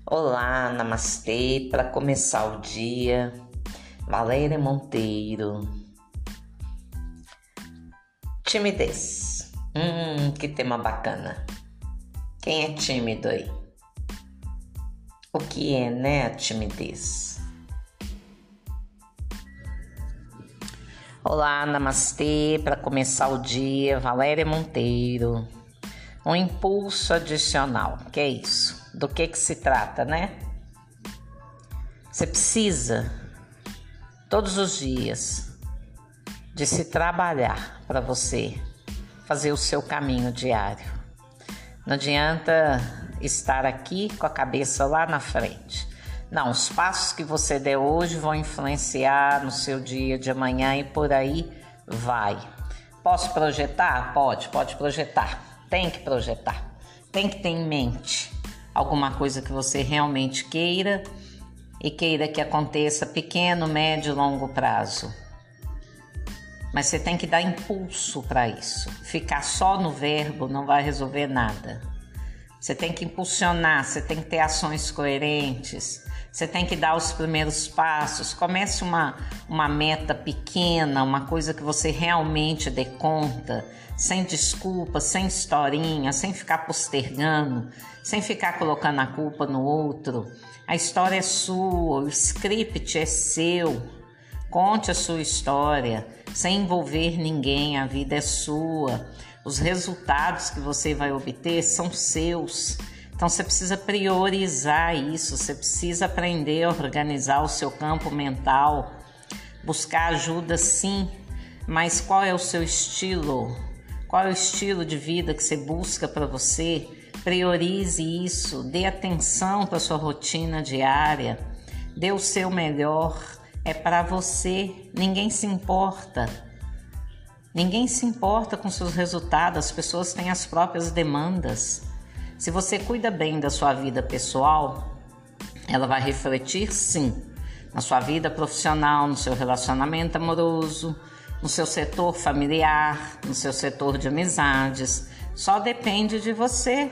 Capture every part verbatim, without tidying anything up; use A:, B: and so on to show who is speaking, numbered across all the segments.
A: Olá, namastê, para começar o dia, Valéria Monteiro. Timidez. Hum, que tema bacana. Quem é tímido aí? O que é, né, a timidez? Olá, namastê, para começar o dia, Valéria Monteiro. Um impulso adicional, que é isso? Do que que se trata, né? Você precisa, todos os dias, de se trabalhar para você fazer o seu caminho diário. Não adianta estar aqui com a cabeça lá na frente. Não, os passos que você der hoje vão influenciar no seu dia de amanhã e por aí vai. Posso projetar? Pode, pode projetar. Tem que projetar. Tem que ter em mente alguma coisa que você realmente queira e queira que aconteça pequeno, médio, longo prazo. Mas você tem que dar impulso para isso. Ficar só no verbo não vai resolver nada. Você tem que impulsionar, você tem que ter ações coerentes, você tem que dar os primeiros passos. Comece uma, uma meta pequena, uma coisa que você realmente dê conta, sem desculpa, sem historinha, sem ficar postergando, sem ficar colocando a culpa no outro. A história é sua, o script é seu. Conte a sua história, sem envolver ninguém, a vida é sua. Os resultados que você vai obter são seus. Então você precisa priorizar isso, você precisa aprender a organizar o seu campo mental, buscar ajuda sim, mas qual é o seu estilo? Qual é o estilo de vida que você busca para você? Priorize isso, dê atenção para a sua rotina diária, dê o seu melhor, é para você, ninguém se importa. Ninguém se importa com seus resultados, as pessoas têm as próprias demandas. Se você cuida bem da sua vida pessoal, ela vai refletir sim na sua vida profissional, no seu relacionamento amoroso, no seu setor familiar, no seu setor de amizades. Só depende de você,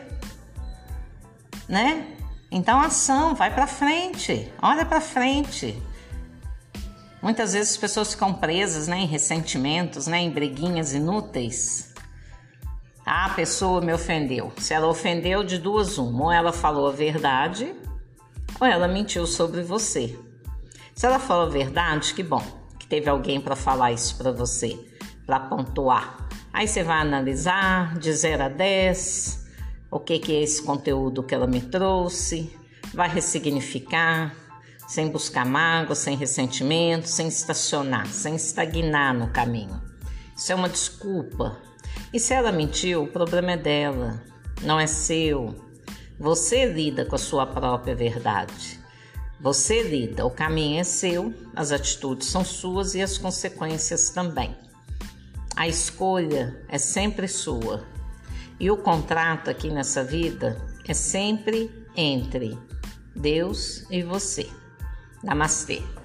A: né? Então ação, vai para frente, olha para frente. Muitas vezes as pessoas ficam presas, né, em ressentimentos, né, em briguinhas inúteis. Ah, a pessoa me ofendeu. Se ela ofendeu, de duas uma. Ou ela falou a verdade, ou ela mentiu sobre você. Se ela falou a verdade, que bom que teve alguém para falar isso para você, para pontuar. Aí você vai analisar de zero a dez, o que, que é esse conteúdo que ela me trouxe, vai ressignificar, sem buscar mágoa, sem ressentimento, sem estacionar, sem estagnar no caminho. Isso é uma desculpa. E se ela mentiu, o problema é dela, não é seu. Você lida com a sua própria verdade. Você lida, o caminho é seu, as atitudes são suas e as consequências também. A escolha é sempre sua. E o contrato aqui nessa vida é sempre entre Deus e você. Namastê.